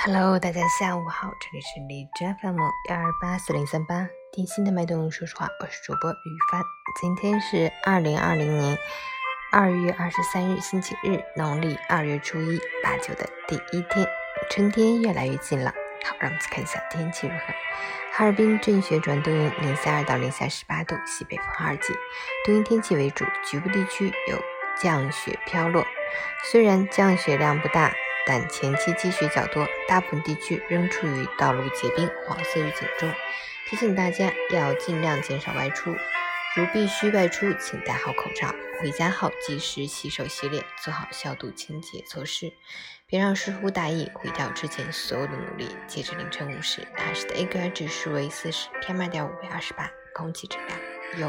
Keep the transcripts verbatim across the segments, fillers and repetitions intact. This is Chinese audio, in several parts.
Hello， 大家下午好，这里是荔枝 F M 一二八四零三八，贴心的脉动说实话，我是主播雨帆。今天是二零二零年二月二十三日星期日，农历二月初一，八九的第一天，春天越来越近了。好，让我们去看一下天气如何。哈尔滨阵雪转多云，零下二到零下十八度，西北风二级，多云天气为主，局部地区有降雪飘落。虽然降雪量不大，但前期积雪较多，大部分地区仍处于道路结冰、黄色预警中，提醒大家要尽量减少外出。如必须外出，请戴好口罩，回家后及时洗手洗脸，做好消毒清洁措施，别让疏忽大意毁掉之前所有的努力。截至凌晨五时，哈市的 A Q I 指数为四十 P M 二点五 为二十八，空气质量优。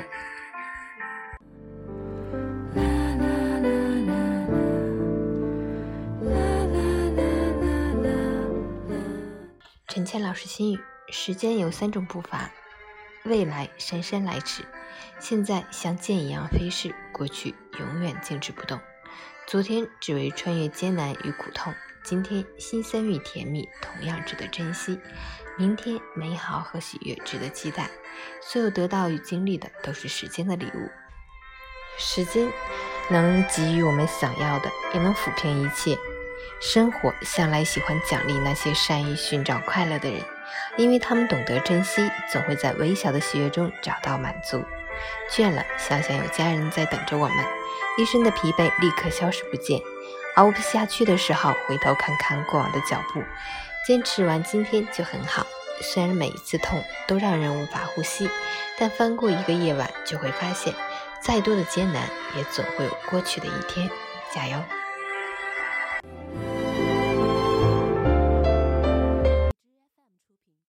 陈倩老师心语：时间有三种步伐，未来姗姗来迟，现在像箭一样飞逝，过去永远静止不动。昨天只为穿越艰难与苦痛，今天辛酸与甜蜜同样值得珍惜，明天美好和喜悦值得期待。所有得到与经历的都是时间的礼物，时间能给予我们想要的，也能抚平一切。生活向来喜欢奖励那些善于寻找快乐的人，因为他们懂得珍惜，总会在微小的喜悦中找到满足。倦了，想想有家人在等着我们，一身的疲惫立刻消失不见。熬不下去的时候，回头看看过往的脚步，坚持完今天就很好。虽然每一次痛都让人无法呼吸，但翻过一个夜晚，就会发现再多的艰难也总会有过去的一天。加油！